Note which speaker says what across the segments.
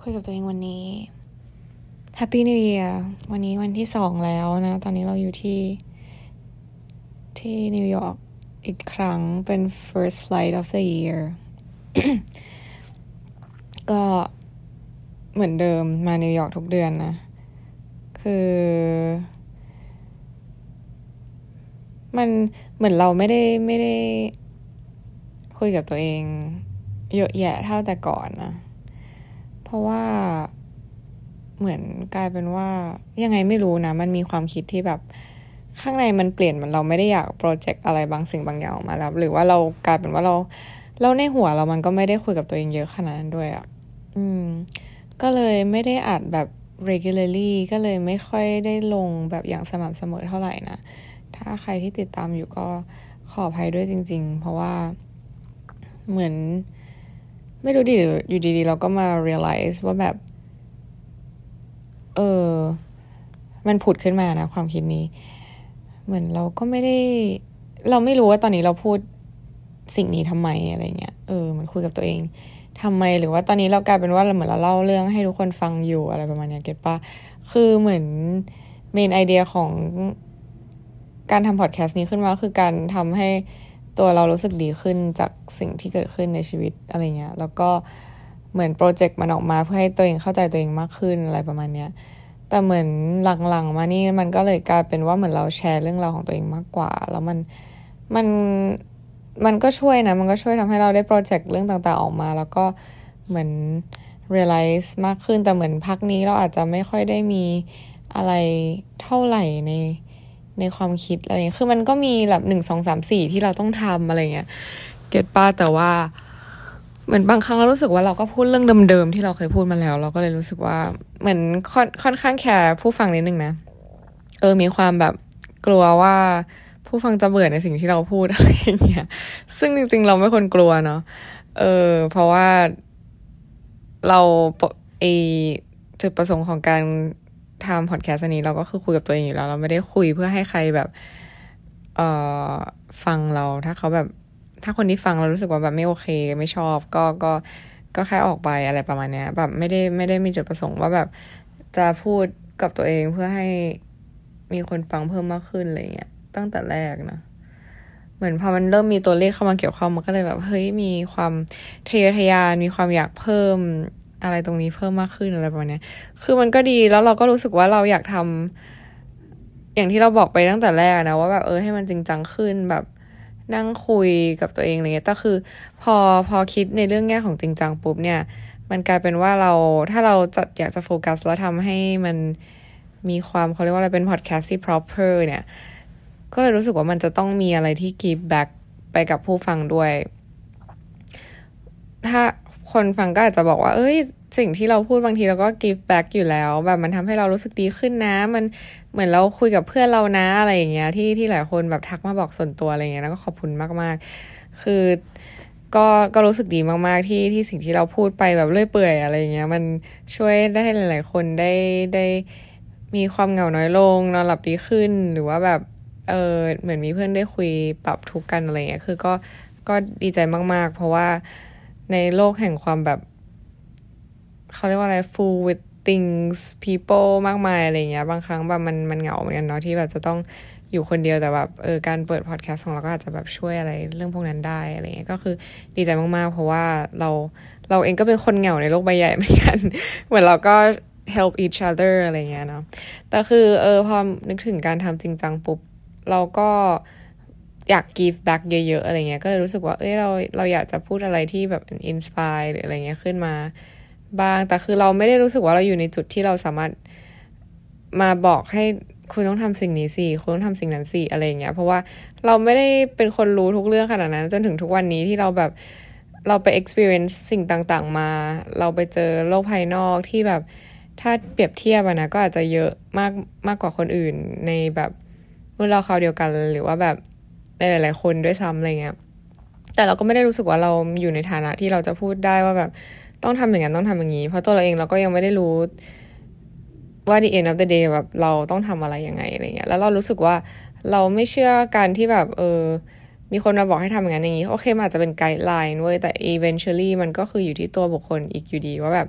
Speaker 1: คุยกับตัวเองวันนี้ Happy New Year วันนี้วันที่2แล้วนะตอนนี้เราอยู่ที่นิวยอร์กอีกครั้งเป็น first flight of the year ก็เหมือนเดิมมานิวยอร์กทุกเดือนนะคือมันเหมือนเราไม่ได้คุยกับตัวเองเยอะแยะเท่าแต่ก่อนนะเพราะว่าเหมือนกลายเป็นว่ายังไงไม่รู้นะมันมีความคิดที่แบบข้างในมันเปลี่ยนมันเราไม่ได้อยากโปรเจกต์อะไรบางสิ่งบางอย่างออกมาแล้วหรือว่าเรากลายเป็นว่าเราในหัวเรามันก็ไม่ได้คุยกับตัวเองเยอะขนาดนั้นด้วยอ่ะก็เลยไม่ได้อัดแบบ regularly ก็เลยไม่ค่อยได้ลงแบบอย่างสม่ำเสมอเท่าไหร่นะถ้าใครที่ติดตามอยู่ก็ขออภัยด้วยจริงๆเพราะว่าเหมือนไม่รู้ดิอยู่ดีๆเราก็มา realize ว่าแบบมันผุดขึ้นมานะความคิดนี้เหมือนเราก็ไม่ได้เราไม่รู้ว่าตอนนี้เราพูดสิ่งนี้ทำไมอะไรเงี้ยมันคุยกับตัวเองทำไมหรือว่าตอนนี้เรากลายเป็นว่าเหมือนเราเล่าเรื่องให้ทุกคนฟังอยู่อะไรประมาณนี้เก็ตป่ะคือเหมือนเมนไอเดียของการทำพอดแคสต์นี้ขึ้นมาคือการทำให้ตัวเรารู้สึกดีขึ้นจากสิ่งที่เกิดขึ้นในชีวิตอะไรเงี้ยแล้วก็เหมือนโปรเจกต์มันออกมาเพื่อให้ตัวเองเข้าใจตัวเองมากขึ้นอะไรประมาณเนี้ยแต่เหมือนหลังๆมานี่มันก็เลยกลายเป็นว่าเหมือนเราแชร์เรื่องราวของตัวเองมากกว่าแล้วมันก็ช่วยนะมันก็ช่วยทำให้เราได้โปรเจกต์เรื่องต่างๆออกมาแล้วก็เหมือน realize มากขึ้นแต่เหมือนพักนี้เราอาจจะไม่ค่อยได้มีอะไรเท่าไหร่ในความคิดอะไรคือมันก็มีแบบ1 2 3 4ที่เราต้องทำอะไรเงี้ยเก็ตป่ะแต่ว่าเหมือนบางครั้งเรารู้สึกว่าเราก็พูดเรื่องเดิมๆที่เราเคยพูดมาแล้วเราก็เลยรู้สึกว่าเหมือนค่อนข้างแคร์ผู้ฟังนิดนึงนะมีความแบบกลัวว่าผู้ฟังจะเบื่อในสิ่งที่เราพูดอะไรอย่างเงี้ยซึ่งจริงๆเราไม่ควรกลัวเนาะเพราะว่าเราจุดประสงค์ของการทำพอดแคสต์อันนี้เราก็คือคุยกับตัวเองอยู่แล้วเราไม่ได้คุยเพื่อให้ใครแบบฟังเราถ้าคนที่ฟังเรารู้สึกว่าแบบไม่โอเคไม่ชอบก็แค่ออกไปอะไรประมาณเนี้ยแบบไม่ได้มีจุดประสงค์ว่าแบบจะพูดกับตัวเองเพื่อให้มีคนฟังเพิ่มมากขึ้นอะไรเงี้ยตั้งแต่แรกนะเหมือนพอมันเริ่มมีตัวเลขเข้ามาเกี่ยวข้องมันก็เลยแบบเฮ้ยมีความทะเยอทะยานมีความอยากเพิ่มอะไรตรงนี้เพิ่มมากขึ้นอะไรประมาณนี้คือมันก็ดีแล้วเราก็รู้สึกว่าเราอยากทำอย่างที่เราบอกไปตั้งแต่แรกนะว่าแบบให้มันจริงจังขึ้นแบบนั่งคุยกับตัวเองอะไรเงี้ยแต่คือพอคิดในเรื่องแง่ของจริงจังปุ๊บเนี่ยมันกลายเป็นว่าถ้าเราอยากจะโฟกัสแล้วทำให้มันมีความเขาเรียกว่าอะไรเป็นพอดแคสต์ที่ proper เนี่ยก็เลยรู้สึกว่ามันจะต้องมีอะไรที่ give back ไปกับผู้ฟังด้วยถ้าคนฟังก็อาจจะบอกว่าสิ่งที่เราพูดบางทีเราก็ give back อยู่แล้วแบบมันทำให้เรารู้สึกดีขึ้นนะมันเหมือนเราคุยกับเพื่อนเรานะอะไรอย่างเงี้ยที่หลายคนแบบทักมาบอกส่วนตัวอะไรเงี้ยแล้วก็ขอบคุณมากๆคือก็รู้สึกดีมากๆที่สิ่งที่เราพูดไปแบบเลื่อยเปื่อยอะไรเงี้ยมันช่วยได้ให้หลายๆคนได้มีความเหงาน้อยลงนอนหลับดีขึ้นหรือว่าแบบเหมือนมีเพื่อนได้คุยปรับทุกข์กันอะไรเงี้ยคือก็ดีใจมากๆเพราะว่าในโลกแห่งความแบบเขาเรียกว่าอะไร full with things people มากมายอะไรเงี้ยบางครั้งแบบมันเหงาเหมือนกันเนาะที่แบบจะต้องอยู่คนเดียวแต่แบบการเปิดพอดแคสต์ของเราก็อาจจะแบบช่วยอะไรเรื่องพวกนั้นได้อะไรเงี้ยก็คือดีใจมากๆเพราะว่าเราเองก็เป็นคนเหงาในโลกใบใหญ่เหมือนกันเหมือนเราก็ help each other อะไรเงี้ยเนาะแต่คือพอนึกถึงการทำจริงจังปุ๊บเราก็อยาก give back เยอะๆอะไรเงี้ยก็เลยรู้สึกว่าเราอยากจะพูดอะไรที่แบบ inspire หรืออะไรเงี้ยขึ้นมาบ้างแต่คือเราไม่ได้รู้สึกว่าเราอยู่ในจุดที่เราสามารถมาบอกให้คุณต้องทำสิ่งนี้สิคุณต้องทำสิ่งนั้นสิอะไรเงี้ยเพราะว่าเราไม่ได้เป็นคนรู้ทุกเรื่องขนาดนั้นจนถึงทุกวันนี้ที่เราแบบเราไป experience สิ่งต่างๆมาเราไปเจอโลกภายนอกที่แบบถ้าเปรียบเทียบนะก็อาจจะเยอะมากกว่าคนอื่นในแบบรุ่นเราคราวเดียวกันหรือว่าแบบในหลายๆคนด้วยซ้ำอะไรเงี้ยแต่เราก็ไม่ได้รู้สึกว่าเราอยู่ในฐานะที่เราจะพูดได้ว่าแบบต้องทำอย่างนั้นต้องทำอย่างนี้เพราะตัวเราเองเราก็ยังไม่ได้รู้ว่า the end of the day แบบเราต้องทำอะไรยังไงอะไรเงี้ยแล้วเรารู้สึกว่าเราไม่เชื่อการที่แบบมีคนมาบอกให้ทำอย่างนั้นอย่างนี้โอเคมันอาจจะเป็นไกด์ไลน์เว้ยแต่ eventually มันก็คืออยู่ที่ตัวบุคคลอีกอยู่ดีว่าแบบ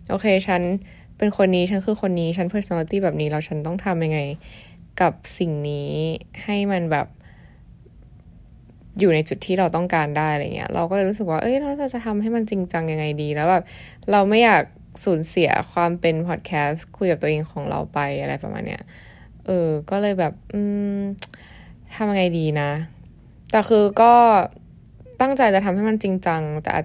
Speaker 1: โอเคฉันเป็นคนนี้ฉันคือคนนี้ฉัน personality แบบนี้แล้วฉันต้องทำยังไงกับสิ่งนี้ให้มันแบบอยู่ในจุดที่เราต้องการได้อะไรเงี้ยเราก็เลยรู้สึกว่าเราจะทำให้มันจริงจังยังไงดีแล้วแบบเราไม่อยากสูญเสียความเป็นพอดแคสต์คุยกับตัวเองของเราไปอะไรประมาณเนี้ยก็เลยแบบทำยังไงดีนะแต่คือก็ตั้งใจจะทำให้มันจริงจังแต่อาจ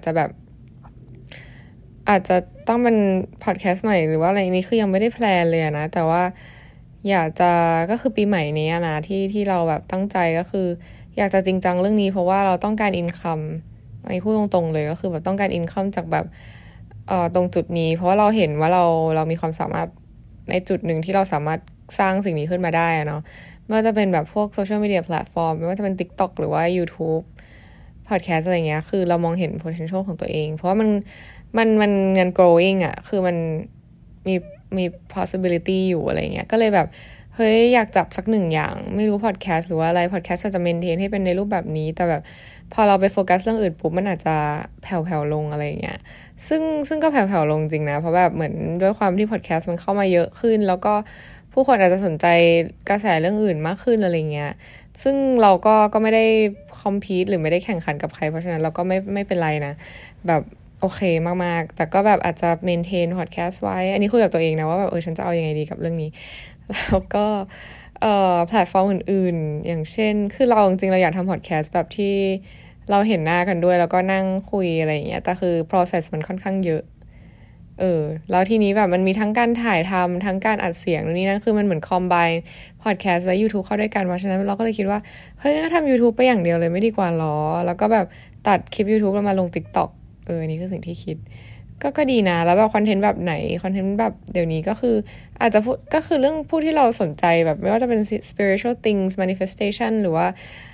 Speaker 1: จะต้องเป็นพอดแคสต์ใหม่หรือว่าอะไรนี้คือยังไม่ได้แพลนเลยนะแต่ว่าอยากจะก็คือปีใหม่นี้นะที่เราแบบตั้งใจก็คืออยากจะจริงจังเรื่องนี้เพราะว่าเราต้องการอินคัมอันนี้พูดตรงๆเลยก็คือแบบต้องการอินคัมจากแบบตรงจุดนี้เพราะว่าเราเห็นว่าเรามีความสามารถในจุดหนึ่งที่เราสามารถสร้างสิ่งนี้ขึ้นมาได้เนาะไม่ว่าจะเป็นแบบพวกโซเชียลมีเดียแพลตฟอร์มไม่ว่าจะเป็น TikTok หรือว่า YouTube พอดแคสต์อะไรเงี้ยคือเรามองเห็น potential ของตัวเองเพราะว่ามัน growing อ่ะคือมันมี possibility อยู่อะไรเงี้ยก็เลยแบบเฮ้ยอยากจับสักหนึ่งอย่างไม่รู้พอดแคสต์หรือว่าอะไรพอดแคสต์จะ maintain ให้เป็นในรูปแบบนี้แต่แบบพอเราไปโฟกัสเรื่องอื่นปุ๊บมันอาจจะแผ่วๆลงอะไรเงี้ยซึ่งก็แผ่วๆลงจริงนะเพราะแบบเหมือนด้วยความที่พอดแคสต์มันเข้ามาเยอะขึ้นแล้วก็ผู้คนอาจจะสนใจกระแสเรื่องอื่นมากขึ้นอะไรเงี้ยซึ่งเราก็ไม่ได้คอมพีทหรือไม่ได้แข่งขันกับใครเพราะฉะนั้นเราก็ไม่เป็นไรนะแบบโอเคมากๆแต่ก็แบบอาจจะเมนเทนพอดแคสต์ไว้อันนี้คุยกับตัวเองนะว่าแบบฉันจะเอายังไงดีกับเรื่องนี้แล้วก็แพลตฟอร์มอื่นๆอย่างเช่นคือเราจริงๆเราอยากทำพอดแคสต์แบบที่เราเห็นหน้ากันด้วยแล้วก็นั่งคุยอะไรอย่างเงี้ยแต่คือ process มันค่อนข้างเยอะแล้วทีนี้แบบมันมีทั้งการถ่ายทำทั้งการอัดเสียงนู่นนี่นั่นคือมันเหมือนคอมไบน์พอดแคสต์และ YouTube เข้าด้วยกันเพราะฉะนั้นเราก็เลยคิดว่าเฮ้ยถ้าทำ YouTube ไปอย่างเดียวเลยไม่ดีกว่าหรอแล้วก็แบบตัดคลิป YouTube แล้วมาลง TikTok อันนี้คือสิ่งที่คิดก็ดีนะแล้วแบบคอนเทนต์แบบไหนคอนเทนต์แบบเดี๋ยวนี้ก็คืออาจจะพูดก็คือเรื่องพูดที่เราสนใจแบบไม่ว่าจะเป็น spiritual things manifestation หรือว่า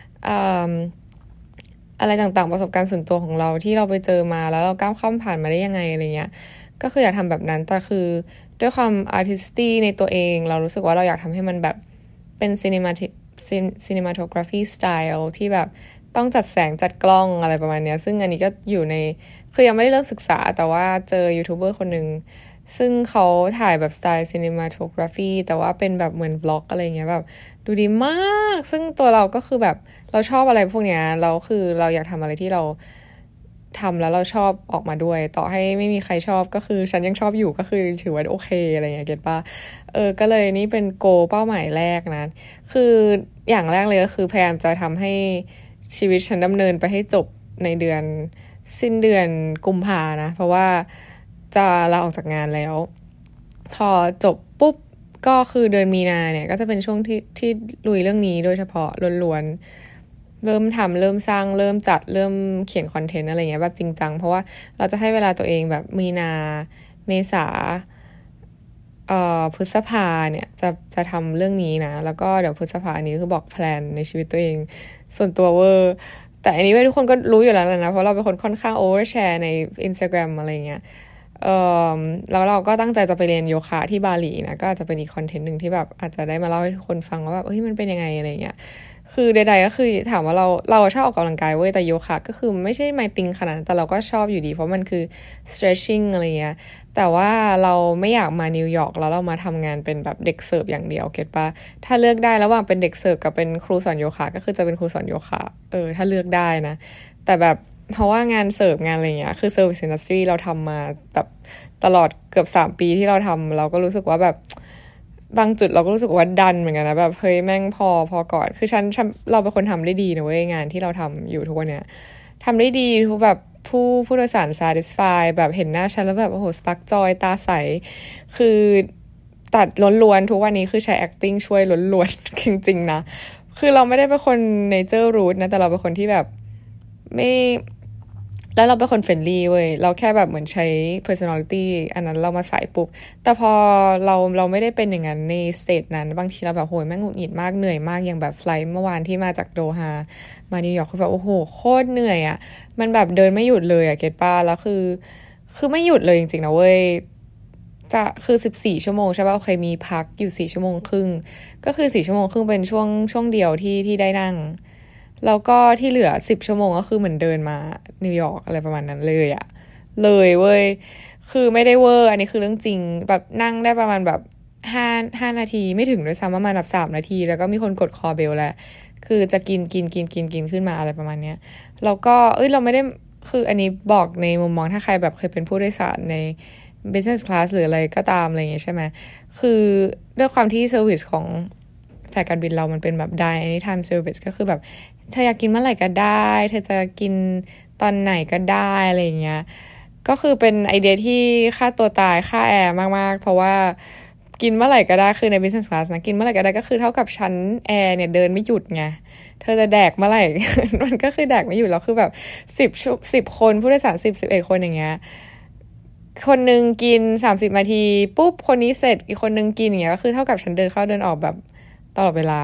Speaker 1: อะไรต่างๆประสบการณ์ส่วนตัวของเราที่เราไปเจอมาแล้วเราก้าวข้ามผ่านมาได้ยังไงอะไรเงี้ยก็คืออยากทำแบบนั้นแต่คือด้วยความอาร์ติสตี้ในตัวเองเรารู้สึกว่าเราอยากทำให้มันแบบเป็นcinematography style ที่แบบต้องจัดแสงจัดกล้องอะไรประมาณเนี้ยซึ่งอันนี้ก็อยู่ในคือยังไม่ได้เริ่มศึกษาแต่ว่าเจอยูทูบเบอร์คนหนึ่งซึ่งเขาถ่ายแบบสไตล์ cinematography แต่ว่าเป็นแบบเหมือนบล็อกอะไรเงี้ยแบบดูดีมากซึ่งตัวเราก็คือแบบเราชอบอะไรพวกเนี้ยเราคือเราอยากทำอะไรที่เราทำแล้วเราชอบออกมาด้วยต่อให้ไม่มีใครชอบก็คือฉันยังชอบอยู่ก็คือถือว่าโอเคอะไรเงี้ยเก็ทป่ะก็เลยนี่เป็นโกเป้าหมายแรกนะคืออย่างแรกเลยก็คือพยายามจะทำให้ชีวิตฉันดำเนินไปให้จบในเดือนสิ้นเดือนกุมภานะเพราะว่าจะลาออกจากงานแล้วพอจบปุ๊บก็คือเดือนมีนาเนี่ยก็จะเป็นช่วงที่ลุยเรื่องนี้โดยเฉพาะล้วนๆเริ่มทำเริ่มสร้างเริ่มจัดเริ่มเขียนคอนเทนต์อะไรเงี้ยแบบจริงจังเพราะว่าเราจะให้เวลาตัวเองแบบมีนาเมษาพฤษภาเนี่ยจะทำเรื่องนี้นะแล้วก็เดี๋ยวพฤษภานี้คือบอกแพลนในชีวิตตัวเองส่วนตัวเวอร์แต่อันนี้ทุกคนก็รู้อยู่แล้วนะเพราะเราเป็นคนค่อนข้างโอเวอร์แชร์ใน Instagram อะไรเงี้ยแล้วเราก็ตั้งใจจะไปเรียนโยคะที่บาหลีนะก็อาจจะเป็นอีกคอนเทนต์หนึ่งที่แบบอาจจะได้มาเล่าให้ทุกคนฟังว่าแบบมันเป็นยังไงอะไรเงี้ยคือใดๆก็คือถามว่าเราชอบออกกำลังกายเว้ยแต่โยคะก็คือไม่ใช่ไม่ติงขนาดนั้นแต่เราก็ชอบอยู่ดีเพราะมันคือ stretching อะไรเงี้ยแต่ว่าเราไม่อยากมานิวยอร์กแล้วเรามาทำงานเป็นแบบเด็กเสิร์ฟอย่างเดียวเก็ตปะถ้าเลือกได้ระหว่างเป็นเด็กเสิร์ฟกับเป็นครูสอนโยคะก็คือจะเป็นครูสอนโยคะถ้าเลือกได้นะแต่แบบเพราะว่างานเสิร์ฟงานอะไรเงี้ยคือ service industry เราทำมาแบบตลอดเกือบ3 ปีที่เราทำเราก็รู้สึกว่าแบบบางจุดเราก็รู้สึกว่าดันเหมือนกันนะแบบเฮ้ยแม่งพอก่อนคือฉันเราเป็นคนทำได้ดีนะเว้ยงานที่เราทำอยู่ทุกวันเนี้ยทำได้ดีทุกแบบผู้โดยสาร satisfy แบบเห็นหน้าฉันแล้วแบบโอ้โหสปาร์กจอยตาใสคือตัดล้วนๆทุกวันนี้คือใช้ acting ช่วยล้วนๆ จริงๆนะคือเราไม่ได้เป็นคน nature root นะแต่เราเป็นคนที่แบบไม่แล้วเราเป็นคนเฟรนลี่เว้ยเราแค่แบบเหมือนใช้ personality อันนั้นเรามาใส่ปุ๊บแต่พอเราไม่ได้เป็นอย่างนั้นในสเตทนั้นบางทีเราแบบโหยแม่งหงุดหงิดมากเหนื่อยมากอย่างแบบไฟล์เมื่อวานที่มาจากโดฮามานิวยอร์กคือแบบโอ้โหโคตรเหนื่อยอ่ะมันแบบเดินไม่หยุดเลยอ่ะเก็ตป้าแล้วคือไม่หยุดเลยจริงๆนะเว้ยจะคือ14 ชั่วโมงใช่ป่ะโอเคมีพักอยู่4 ชั่วโมงครึ่งก็คือ4 ชั่วโมงครึ่งเป็นช่วงเดียวที่ได้นั่งแล้วก็ที่เหลือ10 ชั่วโมงก็คือเหมือนเดินมานิวยอร์กอะไรประมาณนั้นเลยอะเลยเว้ยคือไม่ได้เวอร์อันนี้คือเรื่องจริงแบบนั่งได้ประมาณแบบห้านาทีไม่ถึงด้วยซ้ำประมาณแบบ3 นาทีแล้วก็มีคนกดคอเบลแล้วคือจะกินขึ้นมาอะไรประมาณเนี้ยแล้วก็เราไม่ได้คืออันนี้บอกในมุมมองถ้าใครแบบเคยเป็นผู้โดยสารใน business class หรืออะไรก็ตามอะไรอย่างเงี้ยใช่ไหมคือด้วยความที่เซอร์วิสของสายการบินเรามันเป็นแบบ dine anytime service ก็คือแบบเธออยากกินเมื่อไหร่ก็ได้เธอจะกินตอนไหนก็ได้อะไรอย่างเงี้ยก็คือเป็นไอเดียที่ค่าตัวตายค่าแอร์มากๆเพราะว่ากินเมื่อไหร่ก็ได้คือใน business class นะกินเมื่อไหร่ก็ได้ก็คือเท่ากับชั้นแอร์เนี่ยเดินไม่หยุดไงเธอจะแดกเมื่อไหร่ มันก็คือแดกไม่หยุดแล้วคือแบบสิบคนผู้โดยสาร11 คนอย่างเงี้ยคนนึงกิน30 นาทีปุ๊บคนนี้เสร็จอีกคนนึงกินอย่างเงี้ยก็คือเท่ากับฉันเดินเข้าเดินออกแบบตลอดเวลา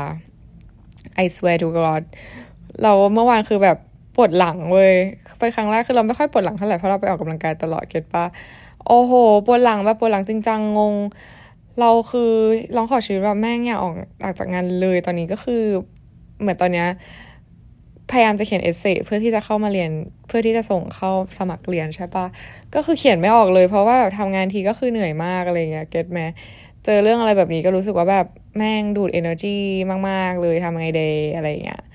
Speaker 1: I swear to God เราเมื่อวานคือแบบปวดหลังเว้ยไปครั้งแรกคือเราไม่ค่อยปวดหลังเท่าไหร่เพราะเราไปออกกำลังกายตลอดเก็ตปะโอ้โหปวดหลังแบบปวดหลังจริงจังงงเราคือร้องขอชีวิตแบบแม่งอยากออกจากงานเลยตอนนี้ก็คือเหมือนตอนเนี้ยพยายามจะเขียนเอเซเพื่อที่จะเข้ามาเรียนเพื่อที่จะส่งเข้าสมัครเรียนใช่ปะก็คือเขียนไม่ออกเลยเพราะว่าแบบทำงานทีก็คือเหนื่อยมากอะไรเงี้ยเก็ตไหมเจอเรื่องอะไรแบบนี้ก็รู้สึกว่าแบบแม่งดูด energy มากๆเลยทำไงเดย์อะไรเงี้ย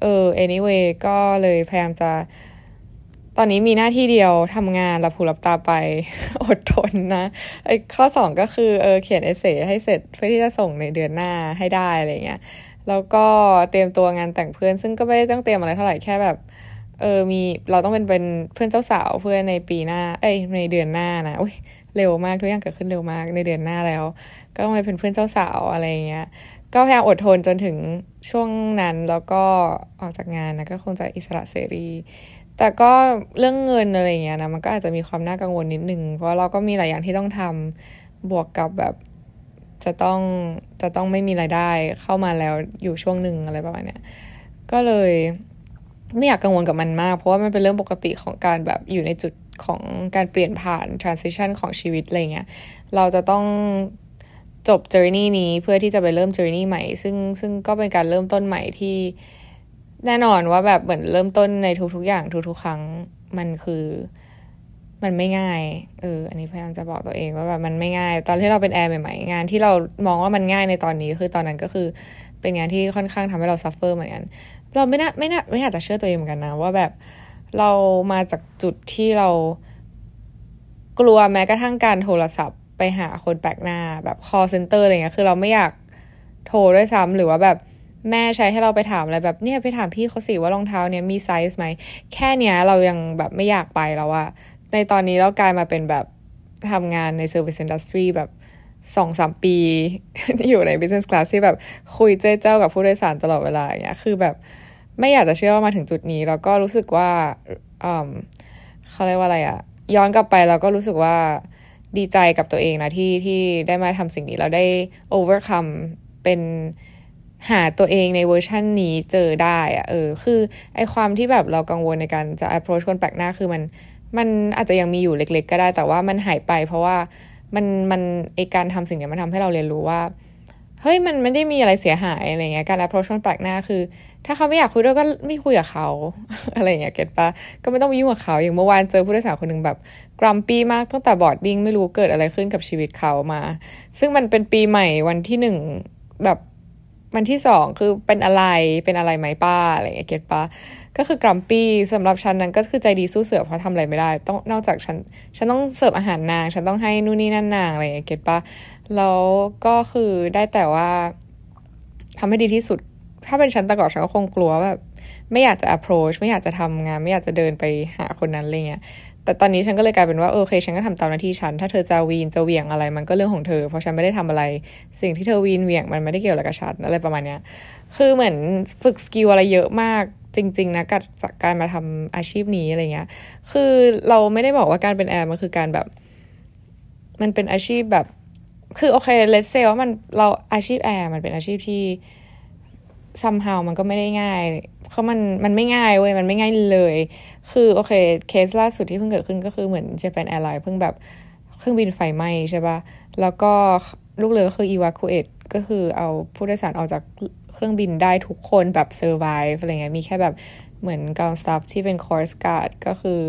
Speaker 1: anyway ก็เลยพยายามจะตอนนี้มีหน้าที่เดียวทำงานหลับหูหลับตาไป อดทนนะข้อ2ก็คือเขียนเอเซให้เสร็จเพื่อที่จะส่งในเดือนหน้าให้ได้อะไรเงี้ยแล้วก็เตรียมตัวงานแต่งเพื่อนซึ่งก็ไม่ได้ต้องเตรียมอะไรเท่าไหร่แค่แบบมีเราต้องเป็นเพื่อนเจ้าสาวเพื่อนในปีหน้าในเดือนหน้านะอุ้ยเร็วมากทุกอย่างเกิดขึ้นเร็วมากในเดือนหน้าแล้วก็ต้องไปเป็นเพื่อนเจ้าสาวอะไรเงี้ยก็พยายามอดทนจนถึงช่วงนั้นแล้วก็ออกจากงานนะก็คงจะอิสระเสรีแต่ก็เรื่องเงินอะไรเงี้ยนะมันก็อาจจะมีความน่ากังวลนิดนึงเพราะเราก็มีหลายอย่างที่ต้องทำบวกกับแบบจะต้องไม่มีรายได้เข้ามาแล้วอยู่ช่วงหนึ่งอะไรประมาณเนี้ยก็เลยไม่อยากกังวลกับมันมากเพราะว่ามันเป็นเรื่องปกติของการแบบอยู่ในจุดของการเปลี่ยนผ่าน transition ของชีวิตอะไรเงี้ยเราจะต้องจบ journey นี้เพื่อที่จะไปเริ่ม journey ใหม่ซึ่งก็เป็นการเริ่มต้นใหม่ที่แน่นอนว่าแบบเหมือนเริ่มต้นในทุกๆอย่างทุกๆครั้งมันคือมันไม่ง่ายอันนี้พยายามจะบอกตัวเองว่าแบบมันไม่ง่ายตอนที่เราเป็นแอร์ใหม่ๆงานที่เรามองว่ามันง่ายในตอนนี้คือตอนนั้นก็คือเป็นงานที่ค่อนข้างทำให้เราซัฟเฟอร์เหมือนกันเราไม่อยากจะเชื่อตัวเองเหมือนกันนะว่าแบบเรามาจากจุดที่เรากลัวแม้กระทั่งการโทรศัพท์ไปหาคนแปลกหน้าแบบ call center อะไรเงี้ยคือเราไม่อยากโทรด้วยซ้ำหรือว่าแบบแม่ใช้ให้เราไปถามอะไรแบบเนี่ยไปถามพี่เขาสิว่ารองเท้าเนี่ยมีไซส์ไหมแค่เนี้ยเรายังแบบไม่อยากไปแล้วอะในตอนนี้เรากลายมาเป็นแบบทำงานใน service industry แบบ2-3 ปี อยู่ใน business class ที่แบบคุยเจ้ากับผู้โดยสารตลอดเวลาอย่างเงี้ยคือแบบไม่อยากจะเชื่อว่ามาถึงจุดนี้แล้วก็รู้สึกว่าเขาเรียกว่าอะไรอะย้อนกลับไปแล้วก็รู้สึกว่าดีใจกับตัวเองนะที่ได้มาทำสิ่งนี้เราได้ overcome เป็นหาตัวเองในเวอร์ชันนี้เจอได้อะคือไอความที่แบบเรากังวลในการจะ approach คนแปลกหน้าคือมันอาจจะยังมีอยู่เล็กๆก็ได้แต่ว่ามันหายไปเพราะว่ามันไอการทำสิ่งนี้มันทำให้เราเรียนรู้ว่าเฮ้ยมันไม่ได้มีอะไรเสียหายอะไรเงี้ยการ approach คนแปลกหน้าคือถ้าเขาไม่อยากคุยด้วยก็ไม่คุยกับเขา อะไรเงี้ยเก็ตปะก็ไม่ต้องไปยุ่งกับเขาอย่างเมื่อวานเจอผู้โดยสารคนหนึ่งแบบกรัมปี้มากตั้งแต่บอร์ดดิ้งไม่รู้เกิดอะไรขึ้นกับชีวิตเขามาซึ่งมันเป็นปีใหม่วันที่1แบบวันที่2คือเป็นอะไรไหมป้าอะไรเงี้ยเก็ตปะก็คือกรัมปี้สำหรับฉันนั้นก็คือใจดีสู้เสือเพราะทำอะไรไม่ได้ต้องนอกจากฉันต้องเสิร์ฟอาหารนางฉันต้องให้นู่นนี่นั่นนางอะไรเงี้ยเก็ตปะแล้วก็คือได้แต่ว่าทำให้ดีที่สุดถ้าเป็นฉันแต่ก่อนฉันก็คงกลัวแบบไม่อยากจะ approach ไม่อยากจะทำงานไม่อยากจะเดินไปหาคนนั้นอะไรเงี้ยแต่ตอนนี้ฉันก็เลยกลายเป็นว่าโอเคฉันก็ทำตามหน้าที่ฉันถ้าเธอจะวีนจะเหวี่ยงอะไรมันก็เรื่องของเธอเพราะฉันไม่ได้ทำอะไรสิ่งที่เธอวีนเหวี่ยงมันไม่ได้เกี่ยวอะไรกับฉันอะไรประมาณเนี้ยคือเหมือนฝึกสกิลอะไรเยอะมากจริงๆนะจากการมาทำอาชีพนี้อะไรเงี้ยคือเราไม่ได้บอกว่าการเป็นแอร์มันคือการแบบมันเป็นอาชีพแบบคือโอเคเลทเซลว่าเราอาชีพแอร์มันเป็นอาชีพที่ somehow มันก็ไม่ได้ง่ายเพราะมันไม่ง่ายเว้ยมันไม่ง่ายเลยคือโอเคเคสล่าสุดที่เพิ่งเกิดขึ้นก็คือเหมือน Japan Airlines เพิ่งแบบเครื่องบินไฟไหม้ใช่ปะแล้วก็ลูกเรือก็คือ evacuate ก็คือเอาผู้โดยสารออกจากเครื่องบินได้ทุกคนแบบ survive อะไรเงี้ยมีแค่แบบเหมือน ground staff ที่เป็น course guard ก็คือ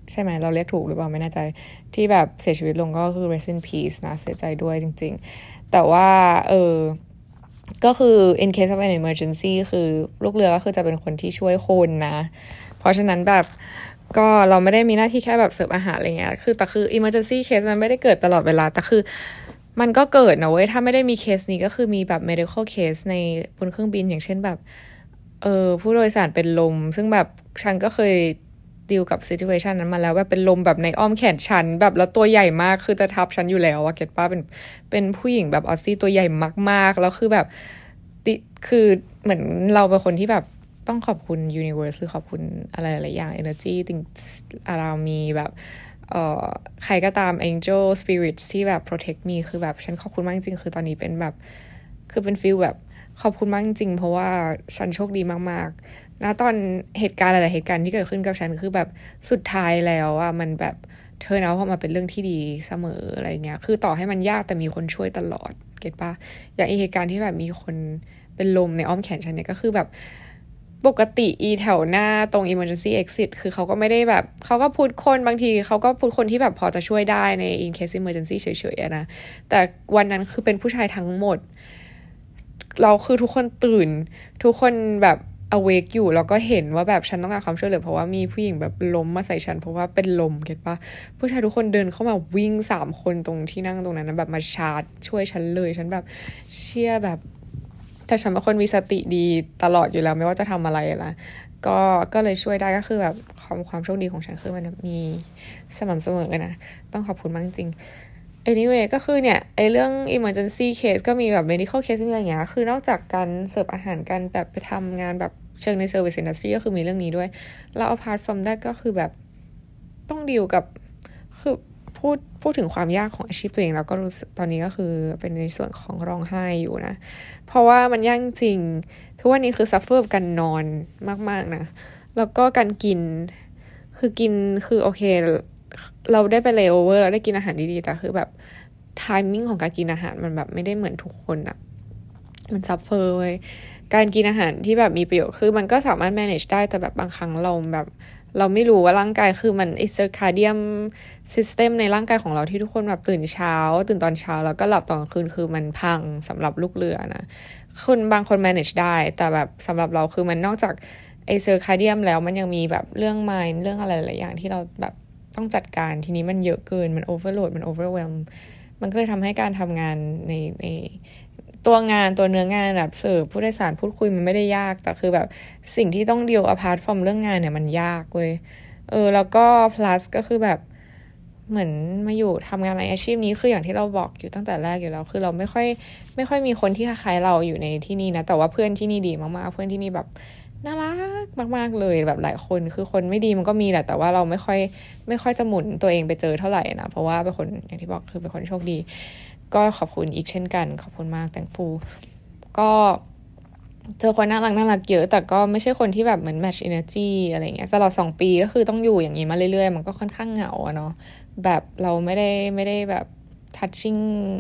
Speaker 1: ใช่ไหมเราเรียกถูกหรือเปล่าไม่แน่ใจที่แบบเสียชีวิตลงก็คือ rest in peace นะเสียใจด้วยจริงๆแต่ว่าก็คือ in case of an emergency คือลูกเรือก็คือจะเป็นคนที่ช่วยคนนะเพราะฉะนั้นแบบก็เราไม่ได้มีหน้าที่แค่แบบเสิร์ฟอาหารอะไรเงี้ยคือแต่คือ emergency case มันไม่ได้เกิดตลอดเวลาแต่คือมันก็เกิดนะเว้ยถ้าไม่ได้มีเคสนี้ก็คือมีแบบ medical case ในบนเครื่องบินอย่างเช่นแบบผู้โดยสารเป็นลมซึ่งแบบฉันก็เคยดีลกับ situation นั้นมาแล้วแบบเป็นลมแบบในอ้อมแขนฉันแบบแล้วตัวใหญ่มากคือจะทับฉันอยู่แล้วอะเก็ตป้าเป็นผู้หญิงแบบออสซี่ตัวใหญ่มากๆแล้วคือแบบคือเหมือนเราเป็นคนที่แบบต้องขอบคุณ universe หรือขอบคุณอะไรหลายอย่าง energy ติงเรามีแบบใครก็ตาม angel spirits ที่แบบ protect me คือแบบฉันขอบคุณมากจริงๆคือตอนนี้เป็นแบบคือเป็นฟีลแบบขอบคุณมากจริงๆเพราะว่าฉันโชคดีมากๆนะตอนเหตุการณ์หลายๆเหตุการณ์ที่เกิดขึ้นกับฉันคือแบบสุดท้ายแล้วอ่ะมันแบบเธอเอาเข้ามาเป็นเรื่องที่ดีเสมออะไรเงี้ยคือต่อให้มันยากแต่มีคนช่วยตลอดเก็ตปะอย่างเหตุการณ์ที่แบบมีคนเป็นลมในอ้อมแขนฉันเนี่ยก็คือแบบปกติแถวหน้าตรง emergency exit คือเขาก็ไม่ได้แบบเขาก็พูดคนบางทีเขาก็พูดคนที่แบบพอจะช่วยได้ใน in case emergency เฉยๆนะแต่วันนั้นคือเป็นผู้ชายทั้งหมดเราคือทุกคนตื่นทุกคนแบบ awake อยู่แล้วก็เห็นว่าแบบฉันต้องการความช่วยเหลือเพราะว่ามีผู้หญิงแบบล้มมาใส่ฉันเพราะว่าเป็นลมเก็ตปะผู้ชายทุกคนเดินเข้ามาวิ่ง3 คนตรงที่นั่งตรงนั้นนะแบบมาชาร์จช่วยฉันเลยฉันแบบเชื่อแบบแต่ฉันเป็นคนมีสติดีตลอดอยู่แล้วไม่ว่าจะทำอะไรนะก็เลยช่วยได้ก็คือแบบความโชคดีของฉันคือมันมีสม่ำเสมอนะต้องขอบคุณมากจริงanyway ก็คือเนี่ยไอเรื่อง emergency case ก็มีแบบ medical case อะไรอย่างเงี้ยคือนอกจากการเสิร์ฟอาหารกันแบบไปทำงานแบบเชิงใน service industry ก็คือมีเรื่องนี้ด้วยแล้ว apart from that ก็คือแบบต้องดีลกับคือพูดถึงความยากของอาชีพตัวเองแล้วก็รู้สึกตอนนี้ก็คือเป็นในส่วนของร้องไห้อยู่นะเพราะว่ามันยากจริงทุกวันนี้คือ suffer กับการนอนมากๆนะแล้วก็การกินคือโอเคเราได้ไปเลย์โอเวอร์เราได้กินอาหารดีๆแต่คือแบบไทมิ่งของการกินอาหารมันแบบไม่ได้เหมือนทุกคนอะมันซัฟเฟอร์เว้ยการกินอาหารที่แบบมีประโยชน์คือมันก็สามารถ manage ได้แต่แบบบางครั้งเราแบบเราไม่รู้ว่าร่างกายคือมันcircadian system ในร่างกายของเราที่ทุกคนแบบตื่นตอนเช้าแล้วก็หลับตอนกลางคืนคือมันพังสำหรับลูกเรือนะคนบางคน manage ได้แต่แบบสำหรับเราคือมันนอกจากcircadian แล้วมันยังมีแบบเรื่อง mind เรื่องอะไรหลายอย่างที่เราแบบต้องจัดการทีนี้มันเยอะเกินมันโอเวอร์โหลดมันโอเวอร์เวลมันก็เลยทำให้การทำงานในตัวเนื้องานแบบเสิร์ฟผู้โดยสารพูดคุยมันไม่ได้ยากแต่คือแบบสิ่งที่ต้องดีล apart from เรื่องงานเนี่ยมันยากเว้ยแล้วก็ plus ก็คือแบบเหมือนมาอยู่ทำงานในอาชีพนี้คืออย่างที่เราบอกอยู่ตั้งแต่แรกอยู่แล้วคือเราไม่ค่อยมีคนที่คล้ายๆเราอยู่ในที่นี่นะแต่ว่าเพื่อนที่นี่ดีมากๆเพื่อนที่นี่แบบน่ารักมากๆเลยแบบหลายคนคือคนไม่ดีมันก็มีแหละแต่ว่าเราไม่ค่อยจะหมุนตัวเองไปเจอเท่าไหร่นะเพราะว่าเป็นคนอย่างที่บอกคือเป็นคนโชคดีก็ขอบคุณอีกเช่นกันขอบคุณมาก thankful ก็เจอคนน่ารักเยอะแต่ก็ไม่ใช่คนที่แบบเหมือน match energy อะไรเงี้ยตลอด2 ปีก็คือต้องอยู่อย่างนี้มาเรื่อยๆมันก็ค่อนข้างเหงาอะเนาะแบบเราไม่ได้แบบ touching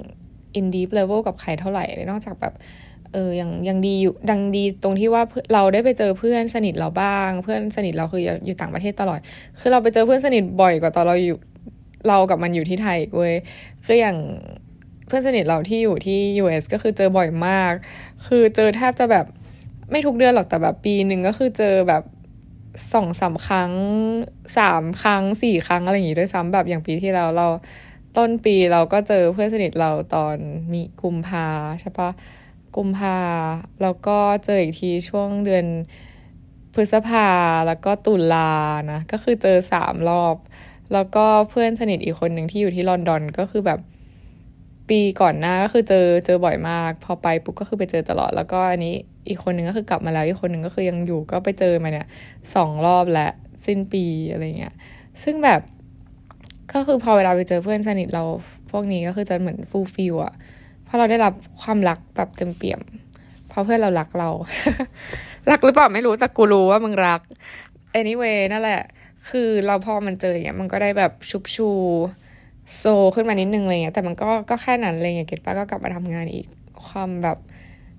Speaker 1: in deep level กับใครเท่าไหร่นอกจากแบบยังดีอยู่ดังดีตรงที่ว่าเราได้ไปเจอเพื่อนสนิทเราบ้างเพื่อนสนิทเราคืออยู่ต่างประเทศตลอดคือเราไปเจอเพื่อนสนิทบ่อยกว่าตอนเรากับมันอยู่ที่ไทยเว้ยคืออย่างเพื่อนสนิทเราที่อยู่ที่ US ก็คือเจอบ่อยมากคือเจอแทบจะแบบไม่ทุกเดือนหรอกแต่แบบปีนึงก็คือเจอแบบ2-3 ครั้ง3 ครั้ง4 ครั้งอะไรอย่างงี้ด้วยซ้ำแบบอย่างปีที่แล้วเราต้นปีเราก็เจอเพื่อนสนิทเราตอนมีกุมภาใช่ปะกุมภาแล้วก็เจออีกทีช่วงเดือนพฤษภาแล้วก็ตุลานะก็คือเจอ3 รอบแล้วก็เพื่อนสนิทอีกคนหนึ่งที่อยู่ที่ลอนดอนก็คือแบบปีก่อนหน้าก็คือเจอบ่อยมากพอไปปุ๊บก็คือไปเจอตลอดแล้วก็อันนี้อีกคนหนึ่งก็คือกลับมาแล้วอีกคนหนึ่งก็คือยังอยู่ก็ไปเจอมาเนี่ย2 รอบและสิ้นปีอะไรเงี้ยซึ่งแบบก็คือพอเวลาไปเจอเพื่อนสนิทเราพวกนี้ก็คือจะเหมือนฟูลฟิลอะเพราะเราได้รับความรักแบบเต็มเปี่ยมเพราะเพื่อนเรารักเรา รักหรือเปล่าไม่รู้แต่กูรู้ว่ามึงรัก anyway นั่นแหละคือเราพอมันเจออย่างเงี้ยมันก็ได้แบบชุบชูโซขึ้นมานิดนึงอะไรเงี้ยแต่มันก็แค่นั้นอะไรเงี้ยเก็ตป่ะก็กลับมาทำงานอีกความแบบ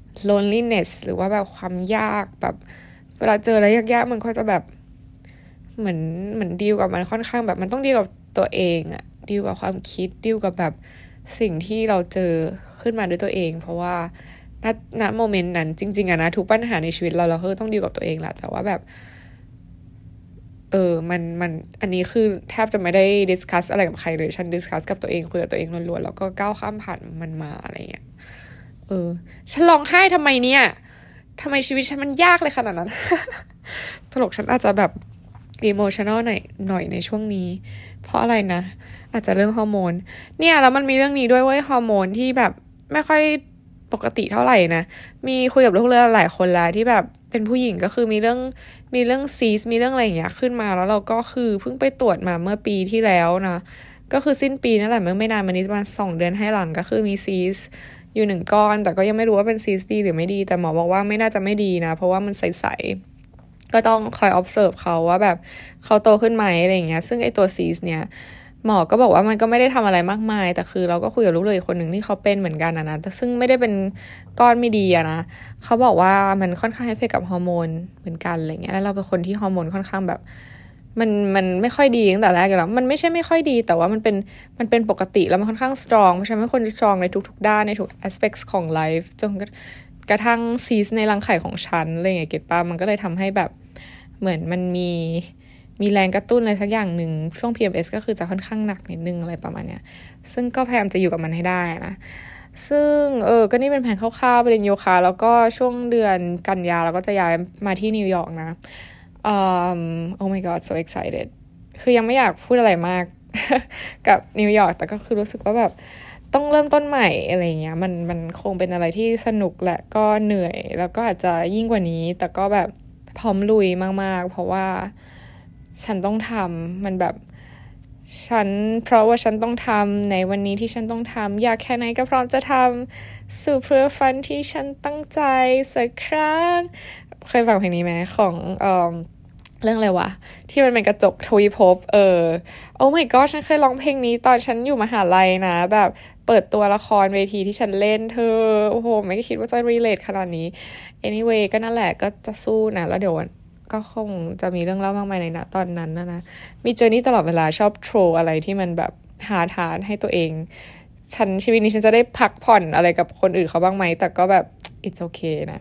Speaker 1: loneliness หรือว่าแบบความยากแบบเวลาเจออะไรยากๆมันก็จะแบบเหมือนดีลกับมันค่อนข้างแบบมันต้องดีลกับตัวเองอะดีลกับความคิดดีลกับแบบสิ่งที่เราเจอขึ้นมาด้วยตัวเองเพราะว่าณโมเมนต์นั้นจริงๆอะนะทุกปัญหาในชีวิตเราคือต้องดีลกับตัวเองแหละแต่ว่าแบบมันอันนี้คือแทบจะไม่ได้ดิสคัสอะไรกับใครเลยฉันดิสคัสกับตัวเองคุยกับตัวเองล้วนๆแล้วก็ก้าวข้ามผ่านมันมาอะไรเงี้ยฉันร้องไห้ทำไมเนี่ยทำไมชีวิตฉันมันยากเลยขนาดนั้น ตลกฉันอาจจะแบบอิโมชันอลหน่อยในช่วงนี้เพราะอะไรนะอาจจะเรื่องฮอร์โมนเนี่ยแล้วมันมีเรื่องนี้ด้วยเว้ยฮอร์โมนที่แบบไม่ค่อยปกติเท่าไหร่นะมีคุยกับลูกเรือหลายคนแล้วที่แบบเป็นผู้หญิงก็คือมีเรื่องซีสมีเรื่องอะไรอย่างเงี้ยขึ้นมาแล้วเราก็คือเพิ่งไปตรวจมาเมื่อปีที่แล้วนะก็คือสิ้นปีนั่นแหละเมื่อไม่นานมานี้ประมาณ2 เดือนให้หลังก็คือมีซีสอยู่1 ก้อนแต่ก็ยังไม่รู้ว่าเป็นซีสดีหรือไม่ดีแต่หมอบอกว่าไม่น่าจะไม่ดีนะเพราะว่ามันใสๆก็ต้องคอย observe เขาว่าแบบเขาโตขึ้นไหมอะไรอย่างเงี้ยซึ่งไอตัวซีสเนี่ยหมอก็บอกว่ามันก็ไม่ได้ทำอะไรมากมายแต่คือเราก็คุยกับลูกเลยคนหนึ่งที่เขาเป็นเหมือนกันนะซึ่งไม่ได้เป็นก้อนไม่ดีนะเขาบอกว่ามันค่อนข้างเอฟเฟคกับฮอร์โมนเหมือนกันอะไรเงี้ยแล้วเราเป็นคนที่ฮอร์โมนค่อนข้างแบบมันไม่ค่อยดีตั้งแต่แรกอยู่แล้วมันไม่ใช่ไม่ค่อยดีแต่ว่ามันเป็นปกติแล้วมันค่อนข้าง strong เพราะฉะนั้นเป็นคนที่ strong ในทุกๆด้านในทุก aspects ของ life จนกระทั่งซีสในรังไข่ของฉันอะไรเงี้ยเก็ตป่ะมันก็เลยทำให้แบบเหมือนมันมีแรงกระตุ้นอะไรสักอย่างหนึ่งช่วง PMS ก็คือจะค่อนข้างหนักนิดนึงอะไรประมาณเนี้ยซึ่งก็พยายามจะอยู่กับมันให้ได้นะซึ่งก็นี่เป็นแผนคร่าวๆไปเรียนโยคะแล้วก็ช่วงเดือนกันยาเราก็จะย้ายมาที่นิวยอร์กนะoh my god so excited คือยังไม่อยากพูดอะไรมาก กับนิวยอร์กแต่ก็คือรู้สึกว่าแบบต้องเริ่มต้นใหม่อะไรเงี้ยมันคงเป็นอะไรที่สนุกแหละก็เหนื่อยแล้วก็อาจจะยิ่งกว่านี้แต่ก็แบบพร้อมลุยมากๆเพราะว่าฉันต้องทำมันแบบเพราะว่าฉันต้องทำในวันนี้ที่ฉันต้องทำอยากแค่ไหนก็พร้อมจะทำสู่เพื่อฝันที่ฉันตั้งใจสักครั้งเคยฟังเพลงนี้ไหมของเรื่องอะไรวะที่มันเป็นกระจกทวีภพoh my god ฉันเคยร้องเพลงนี้ตอนฉันอยู่มหาลัยนะแบบเปิดตัวละครเวทีที่ฉันเล่นเธอโอ้โหไม่คิดว่าจะ relate ขนาดนี้ anyway ก็นั่นแหละก็จะสู้นะแล้วเดี๋ยวก็คงจะมีเรื่องเล่ามากมายในตอนนั้นนะมีเจอนี่ตลอดเวลาชอบโทรอะไรที่มันแบบหาทานให้ตัวเองชีวิตนี้ฉันจะได้พักผ่อนอะไรกับคนอื่นเขาบ้างไหมแต่ก็แบบ it's okay นะ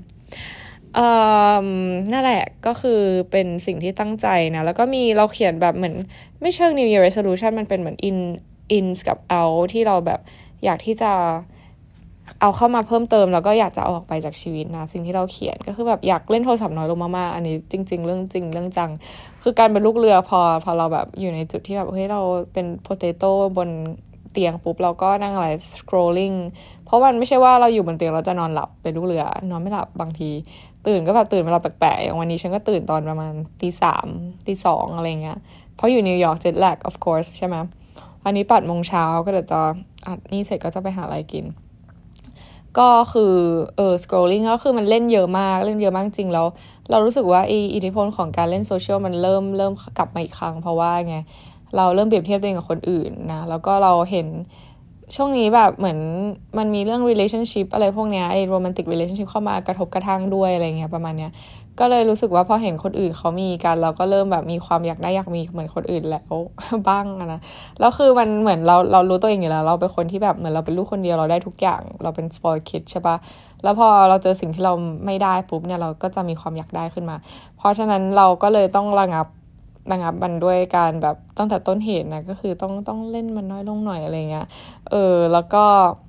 Speaker 1: นั่นแหละก็คือเป็นสิ่งที่ตั้งใจนะแล้วก็มีเราเขียนแบบเหมือนไม่เชิง New Year Resolution มันเป็นเหมือน ins กับ out ที่เราแบบอยากที่จะเอาเข้ามาเพิ่มเติมแล้วก็อยากจะเอาออกไปจากชีวิตนะสิ่งที่เราเขียนก็คือแบบอยากเล่นโทรศัพท์น้อยลงมากๆอันนี้จริงๆเรื่องจริงเรื่องจังคือการเป็นลูกเรือพอเราแบบอยู่ในจุดที่แบบเฮ้ยเราเป็นโพเตโต้บนเตียงปุ๊บเราก็นั่งอะไร scrolling เพราะมันไม่ใช่ว่าเราอยู่บนเตียงเราจะนอนหลับเป็นลูกเรือนอนไม่หลับบางทีตื่นก็แบบตื่นเวลาแปลกๆอย่างวันนี้ฉันก็ตื่นตอนประมาณ3:00 2:00อะไรเงี้ยเพราะอยู่นิวยอร์กเจ็ตแลก of course ใช่ไหมอันนี้8 โมงเช้าก็เดี๋ยวจะอัดนี่เสร็จก็จะไปหาอะไรกินก็คือscrolling ก็คือมันเล่นเยอะมากจริงแล้วเรารู้สึกว่าอิทธิพลของการเล่นโซเชียลมันเริ่มกลับมาอีกครั้งเพราะว่าไงเราเริ่มเปรียบเทียบตัวเองกับคนอื่นนะแล้วก็เราเห็นช่วงนี้แบบเหมือนมันมีเรื่อง relationship อะไรพวกเนี้ยromantic relationship เข้ามากระทบกระทั่งด้วยอะไรเงี้ยประมาณเนี้ยก็เลยรู้สึกว่าพอเห็นคนอื่นเขามีกันเราก็เริ่มแบบมีความอยากมีเหมือนคนอื่นแล้ว บ้างนะแล้วคือมันเหมือนเรารู้ตัวเองอยู่แล้วเราเป็นคนที่แบบเหมือนเราเป็นลูกคนเดียวเราได้ทุกอย่างเราเป็น spoiled kid ใช่ปะแล้วพอเราเจอสิ่งที่เราไม่ได้ปุ๊บเนี่ยเราก็จะมีความอยากได้ขึ้นมาเพราะฉะนั้นเราก็เลยต้องระงับมันด้วยการแบบตั้งแต่ต้นเหตุนะก็คือต้องเล่นมันน้อยลงหน่อยอะไรเงี้ยแล้วก็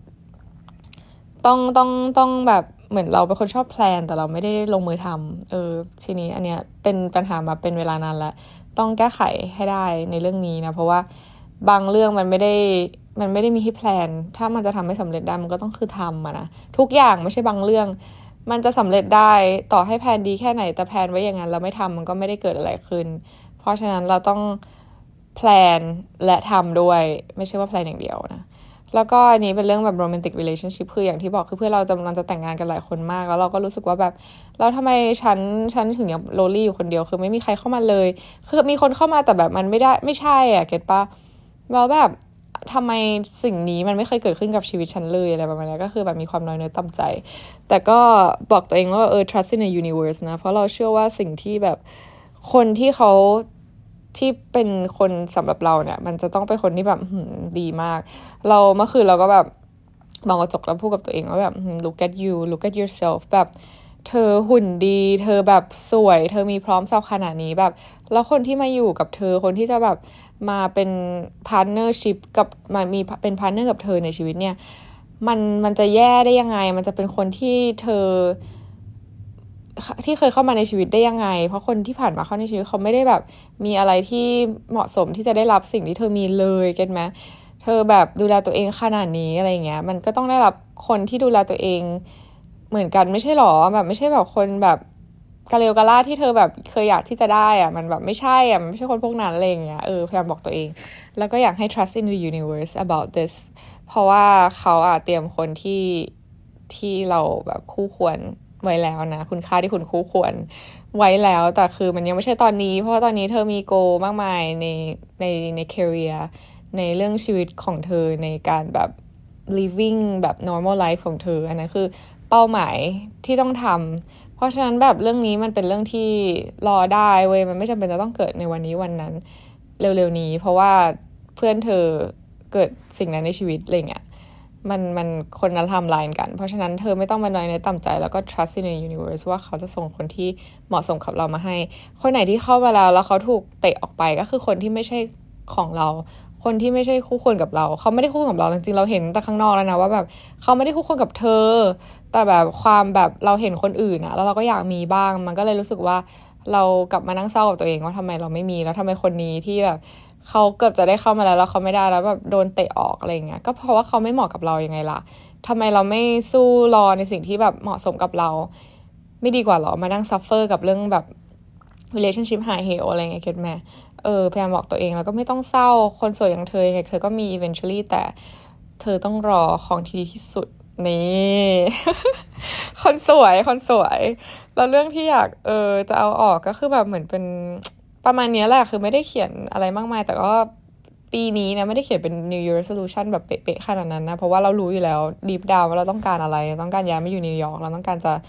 Speaker 1: ต้องแบบเหมือนเราเป็นคนชอบแพลนแต่เราไม่ได้ลงมือทำทีนี้อันเนี้ยเป็นปัญหามาเป็นเวลานานแล้วต้องแก้ไขให้ได้ในเรื่องนี้นะเพราะว่าบางเรื่องมันไม่ได้มีให้แพลนถ้ามันจะทำให้สำเร็จได้มันก็ต้องคือทำนะทุกอย่างไม่ใช่บางเรื่องมันจะสำเร็จได้ต่อให้แพลนดีแค่ไหนแต่แพลนไว้อย่างนั้นแล้วไม่ทำมันก็ไม่ได้เกิดอะไรขึ้นเพราะฉะนั้นเราต้องแพลนและทำด้วยไม่ใช่ว่าแพลนอย่างเดียวนะแล้วก็อันนี้เป็นเรื่องแบบ romantic relationship คืออย่างที่บอกคือเพื่อนเรากำลังจะแต่งงานกันหลายคนมากแล้วเราก็รู้สึกว่าแบบแล้วทำไมฉันถึงยังโลลี่อยู่คนเดียวคือไม่มีใครเข้ามาเลยคือมีคนเข้ามาแต่แบบมันไม่ใช่เก็ตปะแล้วแบบทำไมสิ่งนี้มันไม่เคยเกิดขึ้นกับชีวิตฉันเลยอะไรประมาณนี้ก็คือแบบมีความน้อยเนื้อต่ำใจแต่ก็บอกตัวเองว่าtrust in the universe นะเพราะเราเชื่อว่าสิ่งที่แบบคนที่เขาที่เป็นคนสำหรับเราเนี่ยมันจะต้องเป็นคนที่แบบดีมากเมื่อคืนเราก็แบบมองกระจกแล้วพูดกับตัวเองว่าแบบ look at you look at yourself แบบเธอหุ่นดีเธอแบบสวยเธอมีพร้อมสำหรับขนาดนี้แบบแล้วคนที่มาอยู่กับเธอคนที่จะแบบมาเป็นพาร์ทเนอร์ชิพกับมามีเป็นพาร์ทเนอร์กับเธอในชีวิตเนี่ยมันจะแย่ได้ยังไงมันจะเป็นคนที่เธอที่เคยเข้ามาในชีวิตได้ยังไงเพราะคนที่ผ่านมาเข้าในชีวิตเขาไม่ได้แบบมีอะไรที่เหมาะสมที่จะได้รับสิ่งที่เธอมีเลยเก็ทไหมเธอแบบดูแลตัวเองขนาดนี้อะไรเงี้ยมันก็ต้องได้รับคนที่ดูแลตัวเองเหมือนกันไม่ใช่หรอแบบไม่ใช่แบบคนแบบกะเลวกะล่าที่เธอแบบเคยอยากที่จะได้อะมันแบบไม่ใช่อะมันไม่ใช่คนพวกนั้นอะไรเงี้ยพยายามบอกตัวเองแล้วก็อยากให้ trust in the universe about this เพราะว่าเขาเตรียมคนที่เราแบบคู่ควรไว้แล้วนะคุณค่าที่คุณคู่ควรไว้แล้วแต่คือมันยังไม่ใช่ตอนนี้เพราะว่าตอนนี้เธอมีโกมากมายใน career ในเรื่องชีวิตของเธอในการแบบ living แบบ normal life ของเธออันนั้นคือเป้าหมายที่ต้องทำเพราะฉะนั้นแบบเรื่องนี้มันเป็นเรื่องที่รอได้เว้ยมันไม่จำเป็นจะต้องเกิดในวันนี้วันนั้นเร็วๆนี้เพราะว่าเพื่อนเธอเกิดสิ่งนั้นในชีวิตอะไรเงี้ยมันคนละไทม์ไลน์กันเพราะฉะนั้นเธอไม่ต้องมาน้อยในต่ำใจแล้วก็ trust in the universe ว่าเขาจะส่งคนที่เหมาะสมกับเรามาให้คนไหนที่เข้ามาแล้วเขาถูกเตะออกไปก็คือคนที่ไม่ใช่ของเราคนที่ไม่ใช่คู่ควรกับเราเขาไม่ได้คู่กับเราจริงๆเราเห็นแต่ข้างนอกแล้วนะว่าแบบเขาไม่ได้คู่ควรกับเธอแต่แบบความแบบเราเห็นคนอื่นอะแล้วเราก็อยากมีบ้างมันก็เลยรู้สึกว่าเรากลับมานั่งเศร้ากับตัวเองว่าทำไมเราไม่มีแล้วทำไมคนนี้ที่แบบเขาเกือบจะได้เข้ามาแล้วเขาไม่ได้แล้วแบบโดนเตะออกอะไรเงี้ยก็เพราะว่าเขาไม่เหมาะกับเรายังไงล่ะทำไมเราไม่สู้รอในสิ่งที่แบบเหมาะสมกับเราไม่ดีกว่าหรอมานั่งซัฟเฟอร์กับเรื่องแบบ relationship หายเหวอะไรเงี้ยเก็ทไหมพยายามบอกตัวเองแล้วก็ไม่ต้องเศร้าคนสวยอย่างเธอยังไงเธอก็มี eventually แต่เธอต้องรอของที่ดีที่สุดนี่ คนสวยแล้วเรื่องที่อยากจะเอาออกก็คือแบบเหมือนเป็นประมาณนี้แหละคือไม่ได้เขียนอะไรมากมายแต่ก็ปีนี้นะไม่ได้เขียนเป็น New Year Resolution แบบเป๊ะๆขนาดนั้นนะเพราะว่าเรารู้อยู่แล้ว deep down ว่าเราต้องการอะไรต้องการย้ายมาอยู่นิวยอร์กเราต้องการจะ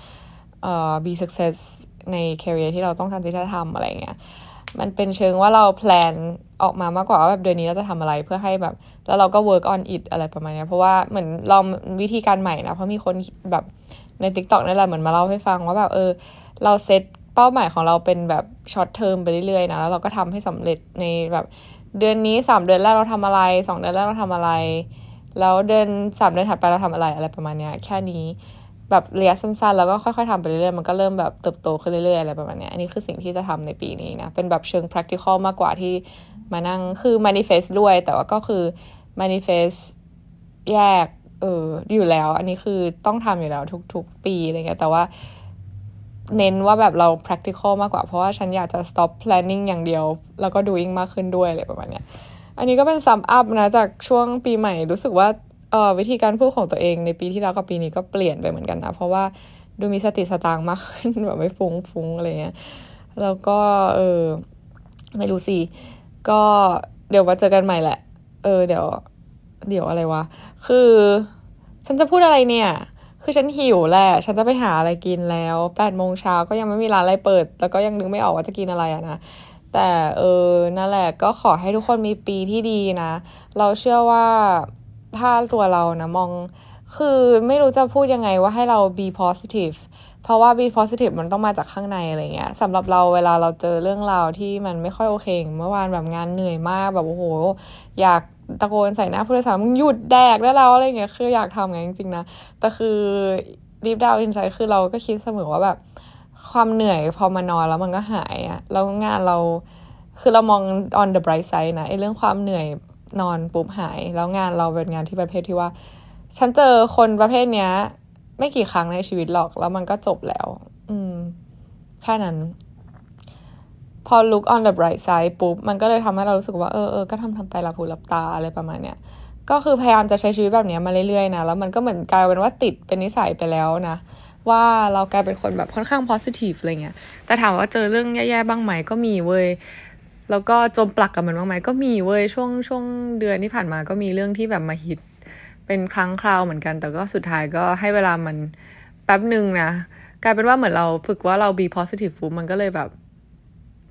Speaker 1: be success ใน career ที่เราต้องการที่จะทำอะไรเงี้ยมันเป็นเชิงว่าเราแพลนออกมามากกว่าว่าแบบเดือนนี้เราจะทำอะไรเพื่อให้แบบแล้วเราก็ work on it อะไรประมาณนี้เพราะว่าเหมือนเราวิธีการใหม่นะเพราะมีคนแบบใน TikTok นั่นแหละเหมือนมาเล่าให้ฟังว่าแบบเราเซตเป้าหมายของเราเป็นแบบ short term ไปเรื่อยๆนะแล้วเราก็ทำให้สำเร็จในแบบเดือนนี้3 เดือนแรกเราทำอะไร2 เดือนแรกเราทำอะไรแล้วเดือน3 เดือนถัดไปเราทำอะไรประมาณนี้แค่นี้แบบระยะสั้นๆแล้วก็ค่อยๆทำไปเรื่อยๆมันก็เริ่มแบบเติบโตขึ้นเรื่อยๆอะไรประมาณนี้อันนี้คือสิ่งที่จะทำในปีนี้นะเป็นแบบเชิง practical มากกว่าที่มานั่งคือ manifest ด้วยแต่ว่าก็คือ manifest แยกอยู่แล้วอันนี้คือต้องทำอยู่แล้วทุกๆปีอะไรเงี้ยแต่ว่าเน้นว่าแบบเรา practical มากกว่าเพราะว่าฉันอยากจะ stop planning อย่างเดียวแล้วก็ doing มากขึ้นด้วยอะไรประมาณนี้อันนี้ก็เป็น sum up นะจากช่วงปีใหม่รู้สึกว่าวิธีการพูดของตัวเองในปีที่แล้วกับปีนี้ก็เปลี่ยนไปเหมือนกันนะเพราะว่าดูมีสติสตางค์มากขึ้นแบบไม่ฟุ้งอะไรเงี้ยแล้วก็ไม่รู้สิก็เดี๋ยวมาเจอกันใหม่แหละเดี๋ยวอะไรวะคือฉันจะพูดอะไรเนี่ยคือฉันหิวแหละฉันจะไปหาอะไรกินแล้ว8 โมงเช้าก็ยังไม่มีร้านอะไรเปิดแล้วก็ยังนึกไม่ออกว่าจะกินอะไรนะแต่นั่นแหละก็ขอให้ทุกคนมีปีที่ดีนะเราเชื่อว่าถ้าตัวเรานะมองคือไม่รู้จะพูดยังไงว่าให้เรา be positive เพราะว่า be positive มันต้องมาจากข้างในอะไรเงี้ยสำหรับเราเวลาเราเจอเรื่องราวที่มันไม่ค่อยโอเคเมื่อวานแบบงานเหนื่อยมากแบบโอ้โหอยากตะโกนใส่หน้าผู้โดยสารมึงหยุดแดกได้แล้วอะไรเงี้ยคืออยากทำไงจริงๆนะแต่คือ deep down inside คือเราก็คิดเสมอว่าแบบความเหนื่อยพอมานอนแล้วมันก็หายอะแล้วงานเราคือเรามอง on the bright side นะไอ้เรื่องความเหนื่อยนอนปุ๊บหายแล้วงานเราเป็นงานที่ประเภทที่ว่าฉันเจอคนประเภทเนี้ยไม่กี่ครั้งในชีวิตหรอกแล้วมันก็จบแล้วแค่นั้นพอ look on the bright side ปุ๊บมันก็เลยทำให้เรารู้สึกว่าก็ทำไปหลับหูหลับตาอะไรประมาณเนี้ยก็คือพยายามจะใช้ชีวิตแบบนี้มาเรื่อยๆนะแล้วมันก็เหมือนกลายเป็นว่าติดเป็นนิสัยไปแล้วนะว่าเรากลายเป็นคนแบบค่อนข้าง positive อะไรเงี้ยแต่ถามว่าเจอเรื่องแย่ๆบ้างไหมก็มีเว้ยแล้วก็จมปลักกับมันบ้างไหมก็มีเว้ยช่วงเดือนที่ผ่านมาก็มีเรื่องที่แบบมาฮิตเป็นครั้งคราวเหมือนกันแต่ก็สุดท้ายก็ให้เวลามันแป๊บนึงนะกลายเป็นว่าเหมือนเราฝึกว่าเรา be positive มันก็เลยแบบ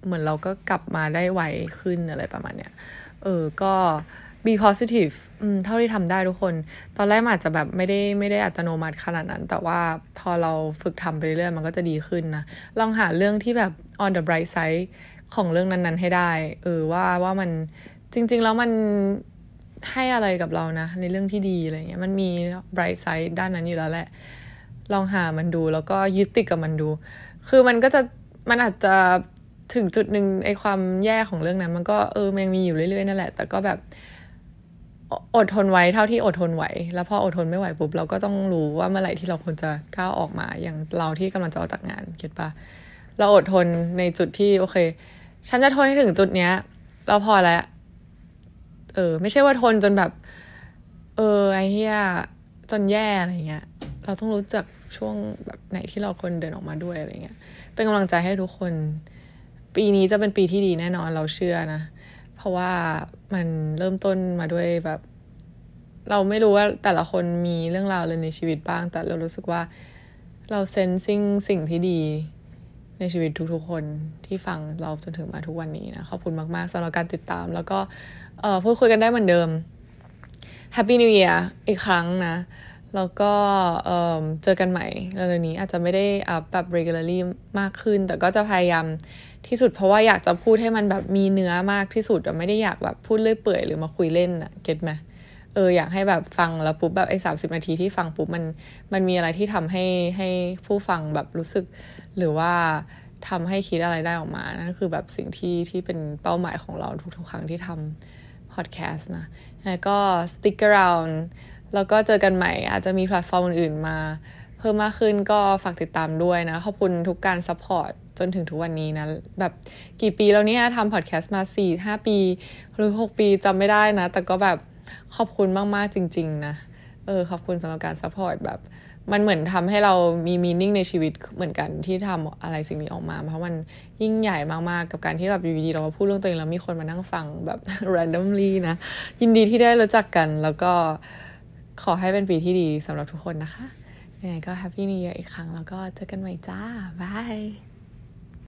Speaker 1: เหมือนเราก็กลับมาได้ไวขึ้นอะไรประมาณเนี้ยก็ be positive เท่าที่ทำได้ทุกคนตอนแรกมันอาจจะแบบไม่ได้อัตโนมัติขนาดนั้นแต่ว่าพอเราฝึกทำไปเรื่อยๆมันก็จะดีขึ้นนะลองหาเรื่องที่แบบ on the bright side ของเรื่องนั้นๆให้ได้ว่ามันจริงๆแล้วมันให้อะไรกับเรานะในเรื่องที่ดีอะไรเงี้ยมันมี bright side ด้านนั้นอยู่แล้วแหละลองหามันดูแล้วก็ยึดติดกับมันดูคือมันอาจจะถึงจุดหนึ่งไอความแย่ของเรื่องนั้นมันก็มันยังมีอยู่เรื่อยๆนั่นแหละแต่ก็แบบอดทนไว้เท่าที่อดทนไหวแล้วพออดทนไม่ไหวปุ๊บเราก็ต้องรู้ว่าเมื่อไหร่ที่เราควรจะก้าวออกมาอย่างเราที่กำลังจะออกจากงานเก็ทปะเราอดทนในจุดที่โอเคฉันจะทนให้ถึงจุดเนี้ยเราพอแล้วไม่ใช่ว่าทนจนแบบไอ้เหี้ยจนแย่อะไรเงี้ยเราต้องรู้จักช่วงแบบไหนที่เราควรเดินออกมาด้วยอะไรเงี้ยเป็นกำลังใจให้ทุกคนปีนี้จะเป็นปีที่ดีแน่นอนเราเชื่อนะเพราะว่ามันเริ่มต้นมาด้วยแบบเราไม่รู้ว่าแต่ละคนมีเรื่องราวอะไรในชีวิตบ้างแต่เรารู้สึกว่าเราเซนซิ่งสิ่งที่ดีในชีวิตทุกๆคนที่ฟังเราจนถึงมาทุกวันนี้นะขอบคุณมากๆสำหรับการติดตามแล้วก็พูดคุยกันได้เหมือนเดิม Happy New Year อีกครั้งนะแล้วก็เจอกันใหม่เร็วๆนี้อาจจะไม่ได้แบบ regularly มากขึ้นแต่ก็จะพยายามที่สุดเพราะว่าอยากจะพูดให้มันแบบมีเนื้อมากที่สุดไม่ได้อยากแบบพูดเลื่อยเปื่อยหรือมาคุยเล่นน่ะเก็ทไหมอยากให้แบบฟังแล้วปุ๊บแบบ30 นาทีที่ฟังปุ๊บมันมีอะไรที่ทำให้ผู้ฟังแบบรู้สึกหรือว่าทำให้คิดอะไรได้ออกมานั่นคือแบบสิ่งที่เป็นเป้าหมายของเราทุกๆครั้งที่ทำพอดแคสต์นะแล้วก็ stick around แล้วก็เจอกันใหม่อาจจะมีแพลตฟอร์มอื่นๆมาเพิ่มมากขึ้นก็ฝากติดตามด้วยนะขอบคุณทุกการซัพพอร์ตจนถึงทุกวันนี้นะแบบกี่ปีแล้วเนี่ยทำพอดแคสต์มา 4-5 ปีหรือ6 ปีจำไม่ได้นะแต่ก็แบบขอบคุณมากๆจริงๆนะขอบคุณสำหรับการซัพพอร์ตแบบมันเหมือนทำให้เรามีมีนิ่งในชีวิตเหมือนกันที่ทำอะไรสิ่งนี้ออกมาเพราะมันยิ่งใหญ่มากๆกับการที่แบบอยู่ดีๆเราพูดเรื่องตัวเองแล้วมีคนมานั่งฟังแบบ randomly นะยินดีที่ได้รู้จักกันแล้วก็ขอให้เป็นปีที่ดีสำหรับทุกคนนะคะยังไงก็ Happy New Year อีกครั้งแล้วก็เจอกันใหม่จ้าบาย